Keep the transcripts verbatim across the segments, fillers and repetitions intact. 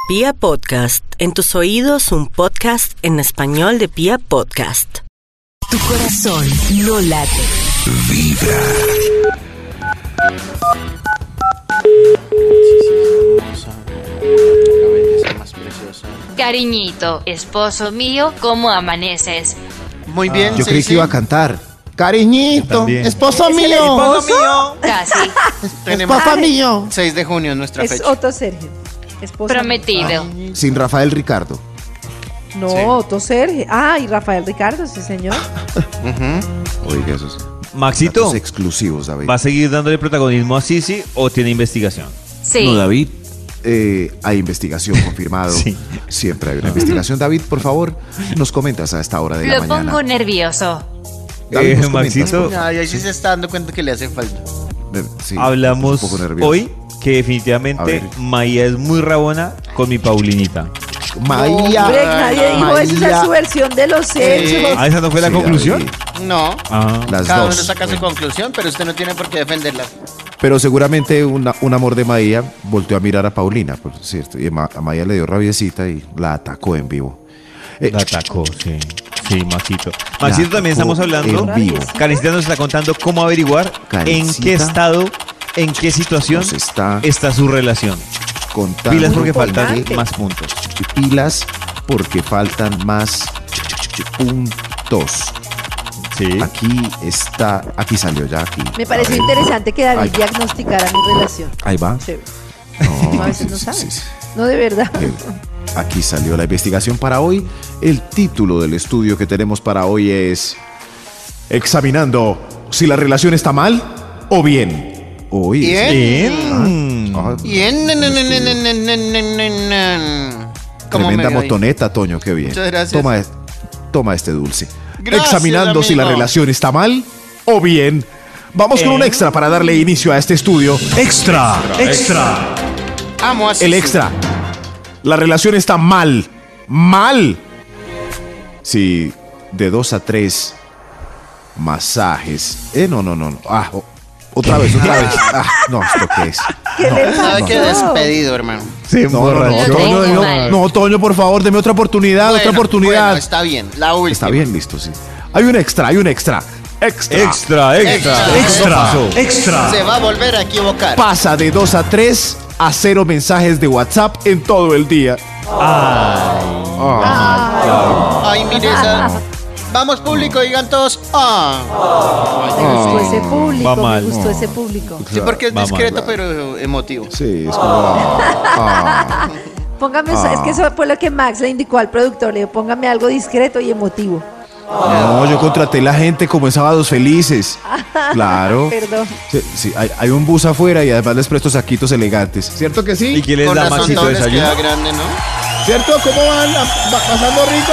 Pia Podcast, en tus oídos un podcast en español de Pia Podcast. Tu corazón no late. Vibra. Cariñito, esposo mío, ¿cómo amaneces? Muy bien, Yo sí, creí sí. que iba a cantar. Cariñito, esposo ¿Es el mío. esposo? Casi. Tenemos Esposo mío. seis de junio nuestra Es fecha. Otto Sergio. Esposo. Prometido. Sin Rafael Ricardo. No, Sí. Otto Sergio. Ah, y Rafael Ricardo, sí, señor. Ujú. Oiga, esos Maxito, datos exclusivos, David. ¿va a seguir dándole protagonismo a Sisi o tiene investigación? Sí. No, David. Eh, hay investigación confirmado. Sí. Siempre hay una investigación. David, por favor, nos comentas a esta hora de la Lo mañana. pongo nervioso. David, Eh, nos comentas, Maxito, por Ay, ahí sí se está dando cuenta que le hace falta. favor. Eh, sí, hablamos un poco nervioso. hoy que A definitivamente ver. Maía es muy rabona con mi Paulinita. Maía. Hombre, nadie dijo eso, esa es su versión de los hechos. ¿Ah, esa no fue la Sí, conclusión? David, No. Ah. Las Cada dos. uno saca su conclusión, pero usted no tiene por qué defenderla. Pero seguramente una- un amor de Maía volteó a mirar a Paulina, por cierto. Y Ma- a Maía le dio rabiecita y la atacó en vivo. Eh, La atacó, sí. Sí, Maxito. Maxito, también atacó estamos hablando. en vivo. Karencita nos está contando cómo averiguar en Karencita qué estado, en qué situación nos está está su relación. contando Pilas porque Muy faltan importante. más puntos. pilas porque faltan más puntos. Sí. Aquí está, aquí salió ya aquí. Me pareció A ver. interesante que David Ay. diagnosticara mi relación. Ahí va. Chévere. No, Uno a veces sí, no sí, sabe. sí, sí. No, de verdad. Eh, Aquí salió la investigación para hoy. El título del estudio que tenemos para hoy es Examinando si la relación está mal o bien. Oye, Bien. Bien. ah, Bien. nan, nan, nan, nan, nan, nan, nan, nan, nan. ¿Cómo me tremenda veo ahí? motoneta, Toño, qué bien. Muchas gracias. Toma, es- toma este dulce. Gracias, Examinando si la amigo. relación está mal o bien. Vamos con un extra para darle inicio a este estudio. Extra, extra. Amo así. El extra. La relación está mal. Mal. Si de dos a tres masajes. Eh, no, no, no. no. Ah, o- otra vez, otra vez. Ah, no, ¿esto qué es? ¿Qué le pasó? Sabe que despedido, hermano. Se No, no, no, emborrachó. Toño, tengo no, mal. no, Toño, por favor, deme otra oportunidad, otra Bueno, oportunidad. bueno, está bien. La última. Está bien, listo, sí. Hay un extra, hay un extra. Extra. Extra, extra, Extra. Extra. Se va a volver a equivocar. Pasa de dos a tres a cero mensajes de WhatsApp en todo el día. Ay, mire esa. Vamos, público, digan todos. Ah. Me gustó ese público, Va me mal. gustó ese público. Sí, porque es Va mal, discreto, claro. pero emotivo. Sí, es como. ah, Póngame, Ah. es que eso fue lo que Max le indicó al productor, le dijo, póngame algo discreto y emotivo. No, yo contraté la gente como en Sábados Felices. Claro. Perdón. Sí, sí, hay, hay un bus afuera y además les presto saquitos elegantes. ¿Cierto que ¿Y sí? quién les Con da razón Maxito todo les desayuno? queda grande, ¿no? ¿Cierto? ¿Cómo van? ¿Pasando rico?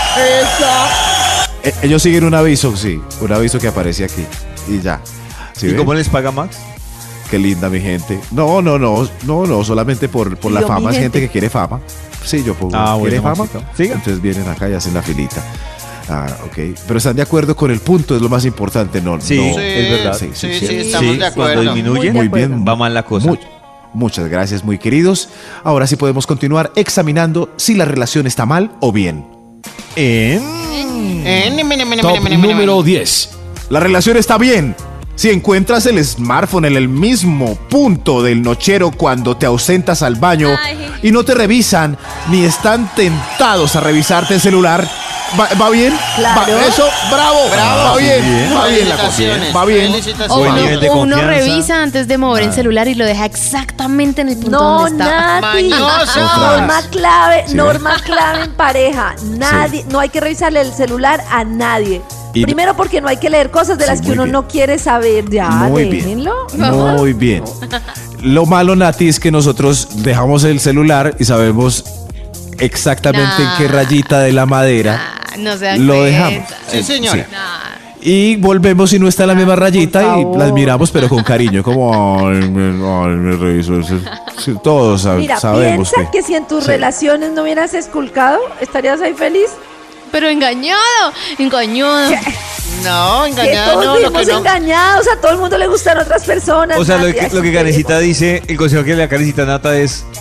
Esa. ellos siguen un aviso, sí. Un aviso que aparece aquí. Y ya. ¿Sí ¿Y ven? cómo les paga Max? Qué linda mi gente. No, no, no. No, no. Solamente por, por la Yo, mi fama. Es gente gente. que quiere fama. Sí, yo pongo. Ah, ¿Quiere bueno, fama? Maxito. Siga. Entonces vienen acá y hacen la filita. Ah, ok. Pero están de acuerdo con el punto, es lo más importante, ¿no? Sí, no. Sí, es verdad. Sí, sí, Sí, sí. estamos Sí, de cuando acuerdo. disminuye, Muy Muy de bien. acuerdo. va mal la cosa. Mu- muchas gracias, muy queridos. Ahora sí podemos continuar examinando si la relación está mal o bien. En... Eh, ni, ni, ni, ni, Top ni, ni, ni, ni. número diez. La relación está bien. Si encuentras el smartphone en el mismo punto del nochero cuando te ausentas al baño Ay. y no te revisan ni están tentados a revisarte el celular, ¿va, va bien? Claro. Va- eso, bravo, Bravo. va bien, Bien. va bien la cosa. Felicitaciones, Va bien. felicitaciones. O Buen uno, nivel de o uno confianza. revisa antes de mover el celular y lo deja exactamente en el punto No, donde está. Nati. Mañosa. Norma clave, Sí, norma clave en pareja. Nadie, no hay que revisarle el celular a nadie. Y- Primero porque no hay que leer cosas de Sí, las que muy uno bien. no quiere saber. Ya, Muy bien. déjenlo. Muy bien. Lo malo, Nati, es que nosotros dejamos el celular y sabemos exactamente en qué Nah. rayita de la madera Ah, no se dan lo cuenta. dejamos. Sí, señora. Y volvemos y no está en la misma rayita Por y favor. las miramos, pero con cariño, como, ay, me, ay, me reviso. ese". Sí, todos sab- Mira, sabemos piensa que. que si en tus Sí. relaciones no hubieras esculcado, ¿estarías ahí feliz? Pero engañado, engañado. No, Que engañado, todos no, lo vivimos que no. engañados, a todo el mundo le gustan otras personas. O sea, lo Nati, que, así lo que Karencita dice, el consejo que le da Karencita Nata es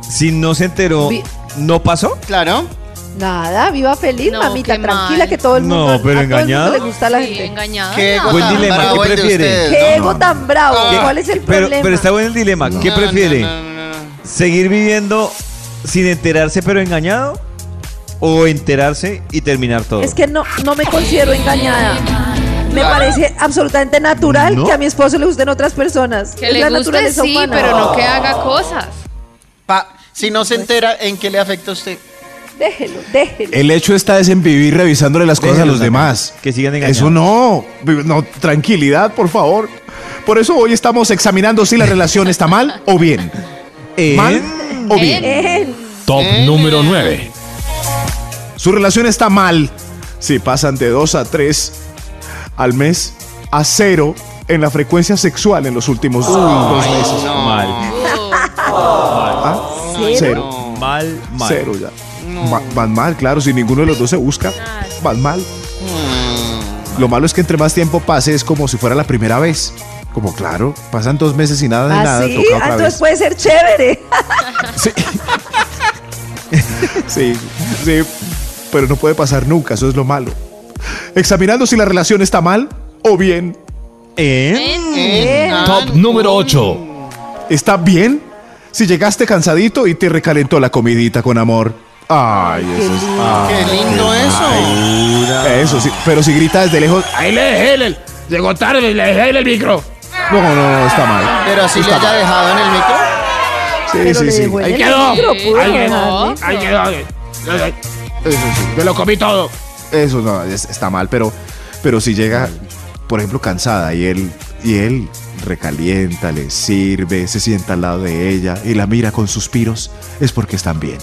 Si no se enteró, Vi- ¿no pasó? Claro. Nada, viva feliz, No, mamita, qué tranquila mal. que todo el mundo. No, pero a todo el mundo engañado. le gusta a la Sí, gente. engañada. Qué ego Buen tan dilema, ¿qué bravo el de prefiere? ustedes, Qué ¿no? ego tan bravo. ¿Qué? ¿Cuál es el Pero, problema? pero está bueno el dilema. ¿Qué No, prefiere? no, no, no, no. ¿Seguir viviendo sin enterarse pero engañado? ¿O enterarse y terminar todo? Es que no, no me considero engañada. Me parece absolutamente natural ¿No? que a mi esposo le gusten otras personas. Que Es le la guste, naturaleza sí, humana. pero no que haga cosas. Pa, si no se entera, ¿en qué le afecta a usted? Déjelo, déjelo. El hecho está es en vivir revisándole las cosas a Déjenlos los acá, demás. que sigan engañados. Eso no. No, tranquilidad, por favor. Por eso hoy estamos examinando si la relación está mal o bien. En- ¿Mal o bien? Él. Top número nueve. Su relación está mal si pasan de dos a tres al mes a cero en la frecuencia sexual en los últimos dos meses. Mal. ¿Ah? Cero. Mal, mal. Cero ya. Va- van mal, claro, si ninguno de los dos se busca, van mal. Lo malo es que entre más tiempo pase es como si fuera la primera vez. Como claro, pasan dos meses y nada de ¿Ah, nada, sí? toca Ah, otra entonces vez. puede ser chévere. Sí. sí, sí, pero no puede pasar nunca, eso es lo malo. Examinando si la relación está mal o bien. En- Bien. Top número ocho. ¿Está bien? Si llegaste cansadito y te recalentó la comidita con amor. Ay, eso es. ah, Qué lindo eso. Eso sí, pero si grita desde lejos. Ahí le dejé el. Llegó tarde y le dejé el micro. No, no, no, está mal. Pero así le Está haya mal. dejado en el micro. Sí, Pero sí, le sí. dejó en Ahí el quedó. micro, pudo Ahí quedó. dejarle. Ahí quedó. Eso sí. Me lo comí todo. Eso no, es- está mal, pero, pero si llega, por ejemplo, cansada y él, y él recalienta, le sirve, se sienta al lado de ella y la mira con suspiros, es porque están bien.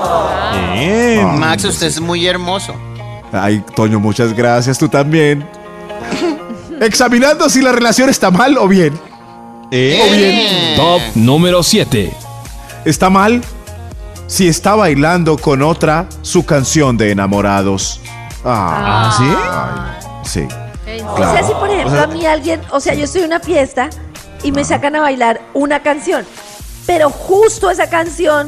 En- Ah, Max, usted es muy hermoso. Ay, Toño, muchas gracias, tú también. Examinando si la relación está mal o bien. en- O bien. Top número siete. Está mal si está bailando con otra su canción de enamorados. Ah, ¿Ah, sí? ay, sí. O sea, Claro. si por ejemplo O sea- a mí alguien, o sea, yo estoy en una fiesta y me sacan a bailar una canción, pero justo esa canción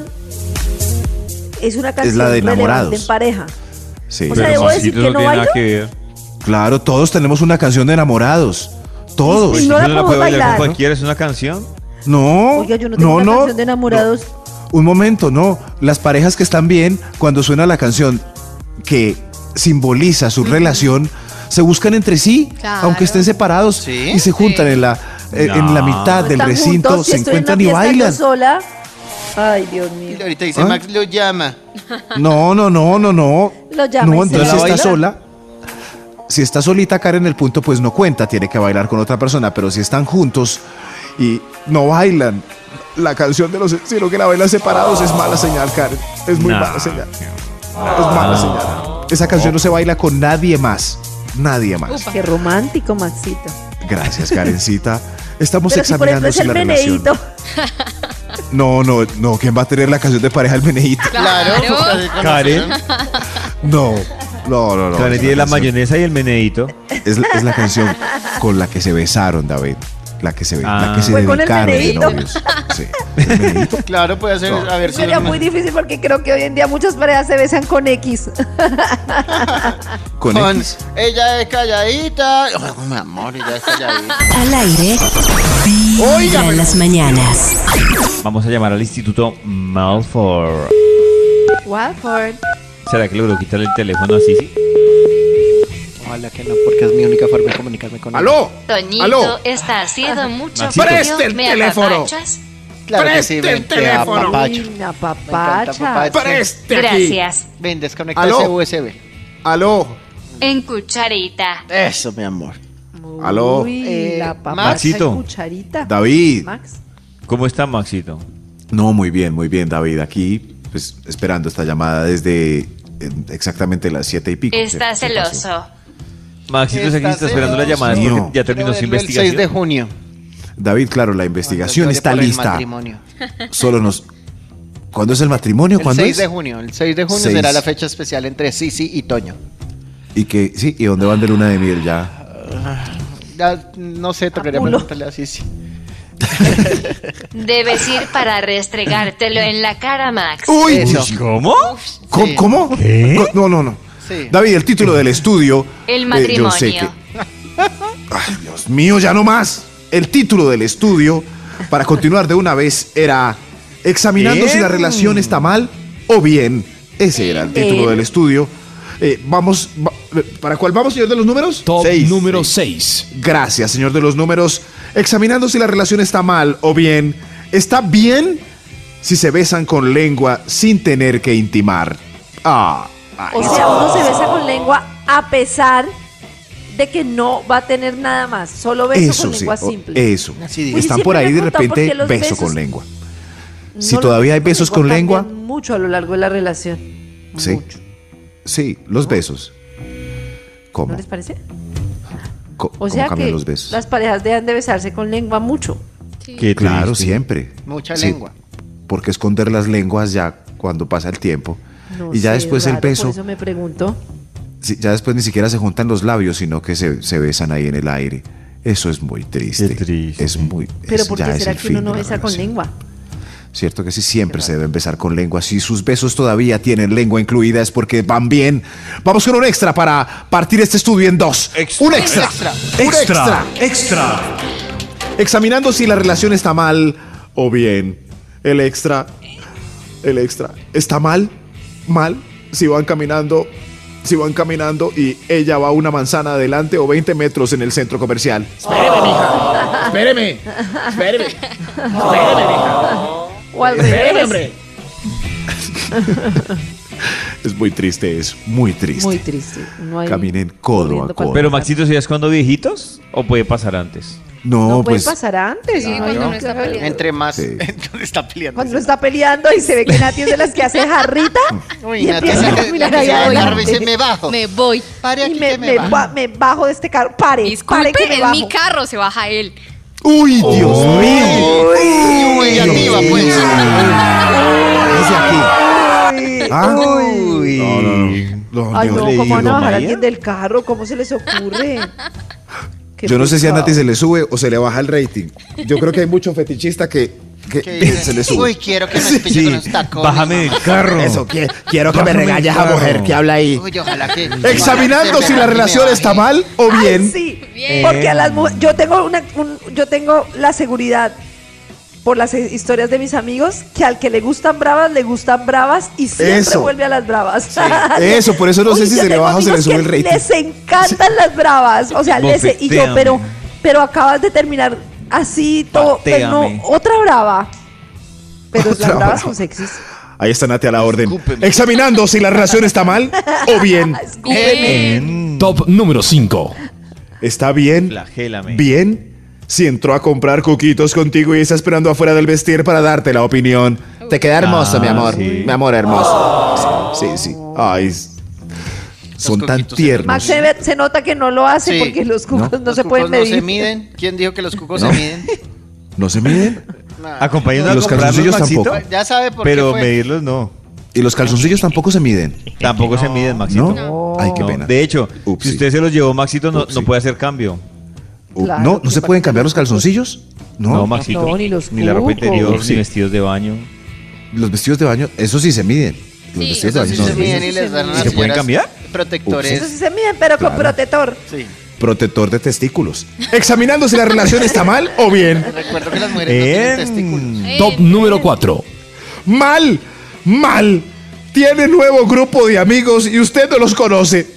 es una canción la de relevante enamorados. en pareja. Sí. O sea, Pero ¿debo Maxito, decir que eso no tiene nada bailo? que ver. Claro, todos tenemos una canción de enamorados. Todos. Y no la Uno puedo puede bailar bailar. con cualquiera, es una canción. No, Oiga, yo no tengo una canción de enamorados. Un momento, no. Las parejas que están bien, cuando suena la canción que simboliza su relación, se buscan entre sí, Claro. aunque estén separados, ¿Sí? y se juntan Sí. en la eh, en la No. mitad del Están recinto, juntos, si se estoy en encuentran una y fiesta yo bailan. sola. Ay, Dios mío. Y ahorita dice ¿Ah? Max lo llama. No, no, no, no, no. Lo llama No, y se entonces si baila. está sola, si está solita Karen en el punto, pues no cuenta, tiene que bailar con otra persona, pero si están juntos y no bailan la canción de los, sino que la bailan separados, es mala señal, Karen. Es muy Nah. mala señal. Es mala señal. Esa canción no se baila con nadie más. Nadie más. Qué romántico, Maxito. Gracias, Karencita. Estamos Pero si por ejemplo examinando es si el la relación. meneíto. No, no, no. ¿Quién va a tener la canción de pareja el meneíto? Claro. Claro. porque así Karen. conocieron. No, no, no, no. Karen Es tiene la la canción- mayonesa y el meneíto. Es, la- es la canción con la que se besaron, David. La que se, Ah. la que se Fue con el dedicaron de meneíto. novios. Sí. ¿El meneíto? Claro, puede ser. No. A ver si. Sería muy difícil porque creo que hoy en día muchas parejas se besan con X. Con, Con X. ella es calladita. Ay, mi amor, ella es calladita. Al aire, Vibra en las mañanas. Vamos a llamar al Instituto Malfour. Watford. ¿Será que logró quitarle el teléfono a Sisi? Ojalá que no, porque es mi única forma de comunicarme con ella. ¡Aló! Toñito ¿Aló? está haciendo mucho Maxito. frío. Preste el ¿Me teléfono. apapachas? Claro que sí, Preste el ven, te teléfono. apapacho. Ay, una Me encanta papacha. papá. Preste aquí. Gracias. Ven, desconecta ¿Aló? ese U S B. ¡Aló! En cucharita. Eso, mi amor. Aló. Uy, Eh, la papacha Maxito. en cucharita. David. Max. ¿Cómo está, Maxito? No, muy bien, muy bien, David. Aquí, pues, esperando esta llamada desde eh, exactamente las siete y pico. Está ¿Qué- qué pasó? celoso. Maxito está aquí, Está está esperando la celoso. llamada. ¿Es No. porque ya terminó su Pero el- El investigación? seis de junio. David, claro, la investigación Cuando está llore por el lista. matrimonio. Solo nos... ¿Cuándo es el matrimonio? El ¿Cuándo seis es? de junio. El seis de junio Seis. será la fecha especial entre Sisi y Toño. Y que, sí, ¿y dónde van de luna de miel ya? Ya, no sé, tocaría Apulo. preguntarle a Sisi. Debes ir para restregártelo en la cara, Max. Uy, Eso. Dios, ¿Cómo? ¿cómo? Sí. ¿Cómo? ¿Qué? No, no, no. Sí. David, el título del estudio. El eh, matrimonio. yo sé que- Ay, Dios mío, ya no más. El título del estudio, para continuar de una vez, era examinando Bien. si la relación está mal o bien. Ese era el título Bien. del estudio. Eh, vamos, va- ¿para cuál vamos, señor de los números? Top Seis, número seis. seis. Gracias, señor de los números. Examinando si la relación está mal o bien. ¿Está bien si se besan con lengua sin tener que intimar? Ah, ay, O sea, uno se besa con lengua a pesar de que no va a tener nada más. Solo beso eso con sí, lengua o- simple. eso. Así digo. Uy, Están siempre por me ahí he de preguntado por repente qué los beso besos- con lengua. No, Si los todavía hay besos con cambian lengua. mucho a lo largo de la relación. Sí. Mucho. Sí, los besos. ¿Cómo? ¿No les parece? Co- O ¿Cómo sea cambian que los besos? las parejas deben de besarse con lengua mucho. Qué Claro, triste. siempre. Mucha Sí, lengua. Porque esconder las lenguas ya cuando pasa el tiempo. No y ya sé, después raro, el beso, Por eso me pregunto. sí, ya después ni siquiera se juntan los labios, sino que se, se besan ahí en el aire. Eso es muy triste. Qué triste. Es muy. Pero es- ¿por ya qué es será el que uno fin no de la besa con relación. lengua? Cierto que sí, siempre se deben besar con lengua. Si sus besos todavía tienen lengua incluida es porque van bien. Vamos con un extra para partir este estudio en dos. Extra. Un extra. Extra. Un extra. Extra. Examinando si la relación está mal o bien. El extra. El extra. ¿Está mal? ¿Mal? Si van caminando. Si van caminando y ella va una manzana adelante o veinte metros en el centro comercial. Espéreme, mija. Espéreme. Espéreme. Espéreme, mija. O al Espéreme, revés. hombre. Es muy triste eso. Muy triste. Muy triste. No hay Caminen codo a corriendo para codo. Pero Maxito, ¿sí es cuando viejitos o puede pasar antes? No, No puede pues. pasar antes. Sí, ¿no? cuando No, uno está claro. peleando. Entre más. Sí. Entonces está peleando. Cuando está peleando y se ve que Nati es de las que hace jarrita Uy, y Nati, empieza la a que- mirar la que ahí se va a adelante. agarrar y se me bajo. Me voy. Pare Y aquí me, que me me bajo. ba- me bajo de este carro. Pare, pare Disculpe, que me en bajo. mi carro se baja él. ¡Uy, Dios mío! Uy, arriba, pues. Desde aquí. Ah, Uy. No, no, no. No, Ay, Dios. no, le ¿cómo van digo, a bajar a María? alguien del carro? ¿Cómo se les ocurre? Qué Yo no sé si a pecado. Nati se le sube o se le baja el rating. Yo creo que hay mucho fetichista que, que Que se le sube. Uy, quiero que me espille con los tacones. Bájame del carro. Eso, que- quiero que me Bájame regañes el a mujer carro. que habla ahí. Uy, ojalá que. Examinando si la relación está mal o Ay, bien. sí, Bien. porque a las mu- yo tengo una un- yo tengo la seguridad por las eh, historias de mis amigos que al que le gustan bravas le gustan bravas y siempre Eso. vuelve a las bravas. Eso, por eso no sé Uy, si yo se le tengo baja o se le amigos sube que el rating. Les encantan las bravas, o sea, les, y yo, Bofetéame. pero pero acabas de terminar así todo, pero no, Patéame. otra brava. Pero Otra las bravas brava. son sexys. Ahí está Nati a la orden. Escúpeme. Examinando si la relación está mal o bien. En... Top número cinco. ¿Está bien? Flagélame. Bien. Si entró a comprar coquitos contigo y está esperando afuera del vestir para darte la opinión. Te queda hermoso, Ah, mi amor. sí. Mi amor hermoso. Sí, sí. Ay, s- son tan coquitos tiernos. Max se, ve- se nota que no lo hace Sí. porque los cucos no, Los se cucos pueden no medir. se miden. ¿Quién dijo que los cucos No. se miden? ¿No se miden? Acompañando a Los comprarlos, calzoncillos Maxito, tampoco. Ya sabe por pero qué fue. medirlos no. Y los calzoncillos tampoco se miden. Tampoco se miden, Maxito. ¿No? Ay, qué No. pena. De hecho, Upsi. si usted se los llevó, Maxito, no, Upsi. no puede hacer cambio. Uh, Claro, ¿No? ¿No que se para pueden que cambiar los los calzoncillos? No, No. Maxito. No, ni los la ropa cucos. interior, Upsi. ni vestidos de baño. Los vestidos de baño, eso sí se miden. Los Sí, vestidos de Esos baño sí no se se miden miden. y les dan a las ¿Se pueden señoras cambiar? protectores. Eso sí se miden, pero con Claro. protector. Sí. Protector de testículos. Examinando si la relación está mal o bien. Recuerdo que las mujeres no tienen testículos. En... Top número cuatro. Mal, mal. Tiene nuevo grupo de amigos y usted no los conoce.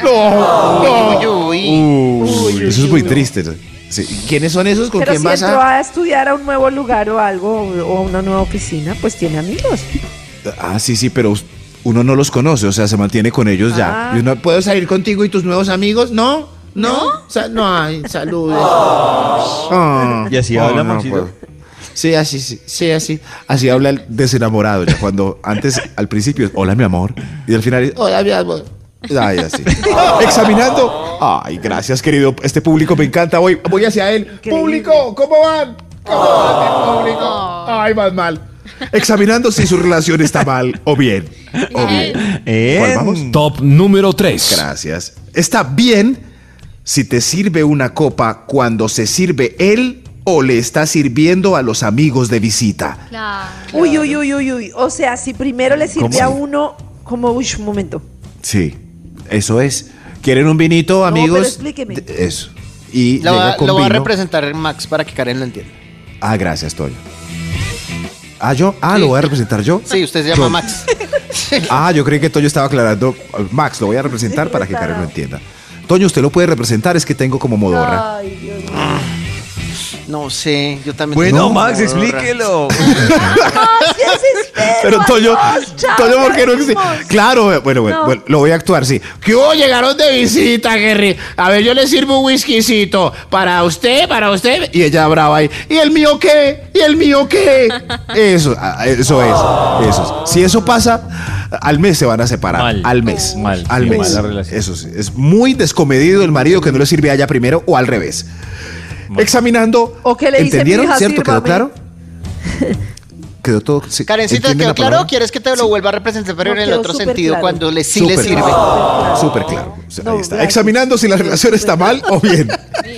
No, no. Uy, uy. Uy, eso es muy triste. Sí. ¿Quiénes son esos? ¿Con Pero quién si vas entró a...? a estudiar a un nuevo lugar o algo, o a una nueva oficina, pues tiene amigos. Ah, sí, sí, pero uno no los conoce, o sea, se mantiene con ellos ya. Ah. Y uno, ¿puedo salir contigo y tus nuevos amigos? No, no, Sa- no hay, saludos. Ah, Y así no, habla, no Maxito. puedo. Sí, así, sí, sí, así. Así habla el desenamorado, ya cuando antes, al principio, es, hola, mi amor, y al final es, hola, mi amor. Ay, así. Examinando. Ay, gracias, querido. Este público me encanta. Voy, voy hacia él. Increíble. Público, ¿cómo van? ¿Cómo van, mi público? Ay, van mal. Examinando si su relación está mal o bien. O bien. ¿Cuál vamos? En... Top número tres. Gracias. Está bien si te sirve una copa cuando se sirve él o le está sirviendo a los amigos de visita. Claro. Uy, uy, uy, uy, uy. O sea, si primero le sirve ¿Cómo? a uno, como, uy, un momento. Sí, eso es. ¿Quieren un vinito, amigos? pero explíqueme. De- Eso. Y Lo, llega va, con lo voy a vino. representar Max para que Karen lo entienda. Ah, gracias, Toño. Ah, yo. Ah, Sí. lo voy a representar yo. Sí, usted se llama Yo. Max. Ah, yo creí que Toño estaba aclarando. Max, lo voy a representar Sí, para que está Karen lo bravo. entienda. Toño, usted lo puede representar, es que tengo como modorra. Ay, Dios mío. No sé, yo también. Bueno, tengo Max, modorra. explíquelo. Ay, qué desespero, Pero Toño, adiós, chao, Toño, ¿por qué no? nos vemos. Claro, bueno, bueno, No. bueno, lo voy a actuar, sí. ¿Qué hubo? Llegaron de visita, Henry. A ver, yo le sirvo un whiskycito. Para usted, para usted. Y ella brava ahí. ¿Y el mío qué? ¿Y el mío qué? Eso, ah, eso es. Eso es. Si eso pasa, al mes se van a separar. Mal. Al mes. Mal, Al sí, mes. mala relación. Eso sí. Es muy descomedido el marido que no le sirve a ella primero o al revés. Examinando. O que le dice, ¿entendieron? "Mija, ¿Cierto? ¿Quedó sírvame". claro? Quedó todo. sí. Karencita, ¿Entienden ¿quedó la claro palabra? o quieres que te lo vuelva a representar, pero No, en el quedó otro súper sentido, claro. cuando le, sí le Súper sirve? claro. Súper claro. O sea, No, ahí está. gracias. Examinando si la relación está mal o bien.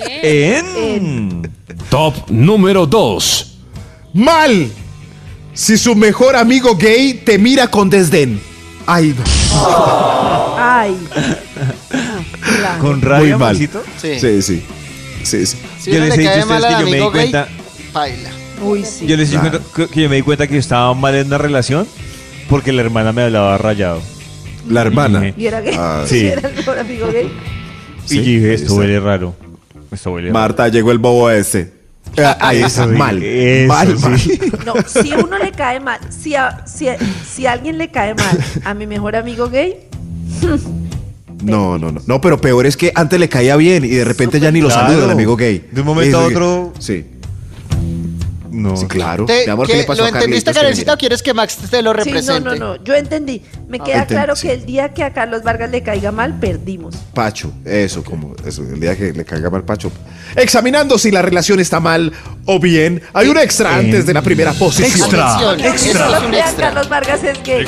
En. Top número dos. Mal. Si su mejor amigo gay te mira con desdén. Ay, Ay. Claro. Con muy rabia, mal. Maxito. Sí. Sí, sí. Sí, sí. Si Yo uno les le he cae dicho a mal ustedes al que yo me di amigo gay, cuenta. baila. Uy, sí. Yo les he dicho Claro. que- que yo me di cuenta que yo estaba mal en una relación porque la hermana me hablaba rayado. La hermana. Dije, ¿Y era gay? Ah, sí. ¿Y era el mejor amigo gay? Y yo dije, esto ahí huele raro. Esto huele está. raro. Marta, llegó el bobo ese. Ah, Ahí está. Eso, Mal. eso, Mal, mal. sí. No, si uno le cae mal, si a, si, a, si a alguien le cae mal a mi mejor amigo gay, No, no, no. No, pero peor es que antes le caía bien y de repente ya ni lo Claro. saluda el amigo gay. De un momento a Eso que- otro- Sí, No. sí, claro. Te- Mi amor, ¿qué ¿qué- le pasó ¿Lo a entendiste, Carlitos? Que Karencita, le o quieres que Max te lo sí, no, represente? no, no, yo entendí. Me queda entendí, claro sí. que el día que a Carlos Vargas le caiga mal, perdimos. mira? Pacho, eso, como eso, el día que le caiga mal Pacho. Examinando si la relación está mal o bien, hay un extra antes de la primera posición. Atención, Que eso solo es un crean extra. Carlos Vargas es gay.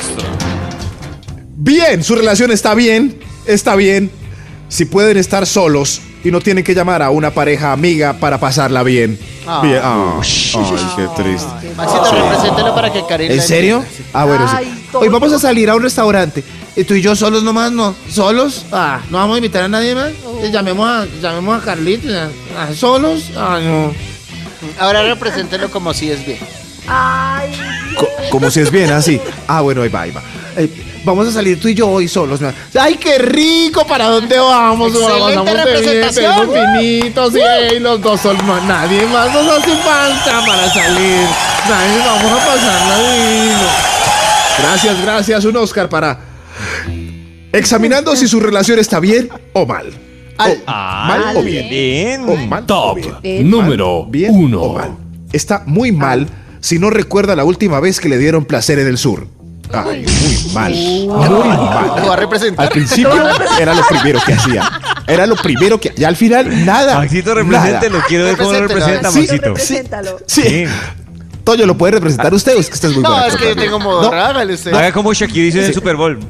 Bien, su relación está bien, está bien. Si pueden estar solos y no tienen que llamar a una pareja amiga para pasarla bien. Ah. Bien. Ah, ay, qué triste. Maxito, represéntelo para que Karen ¿En la serio? entienda. Ah, bueno, Ay, sí. Toño. Hoy vamos a salir a un restaurante. Y tú y yo solos nomás, ¿no? ¿Solos? Ah, no vamos a invitar a nadie más. Eh, Llamemos a, llamemos a Carlitos. Ah, ¿solos? Ah, no. Ahora represéntelo como si es bien. Ay, Co- como si es bien, así. Ah, bueno, ahí va, ahí va. Eh, vamos a salir tú y yo hoy solos. ¿no? ¡Ay, qué rico! ¿Para dónde vamos? Excelente Vamos de bien, representación. pedimos vinitos, y los dos solos. No, nadie más nos hace falta para salir. Nadie, vamos a pasarla divino. Gracias, gracias. Un Oscar para. Examinando si su relación está bien o mal. Al- O- mal o bien. Bien. O mal o Top bien. Bien. número Mal, bien o uno. mal. Está muy mal si no recuerda la última vez que le dieron placer en el sur. Ay, muy mal. Muy ¿Lo mal. va a representar? Al principio era lo primero que hacía. Era lo primero que. Y al final, nada. Maxito, nada. represéntelo. Quiero ver cómo lo Represéntelo. representa, Sí, Maxito. represéntalo. Sí. Sí. Toño, ¿lo puede representar usted o es que usted es muy No, buena es que yo cantante? tengo modo hágale usted. Haga como Shakira hizo en el Super Bowl.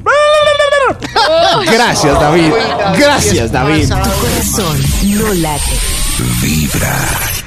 Gracias, David. Uy, David, Gracias, es David. pasado. Corazón no late. Vibra.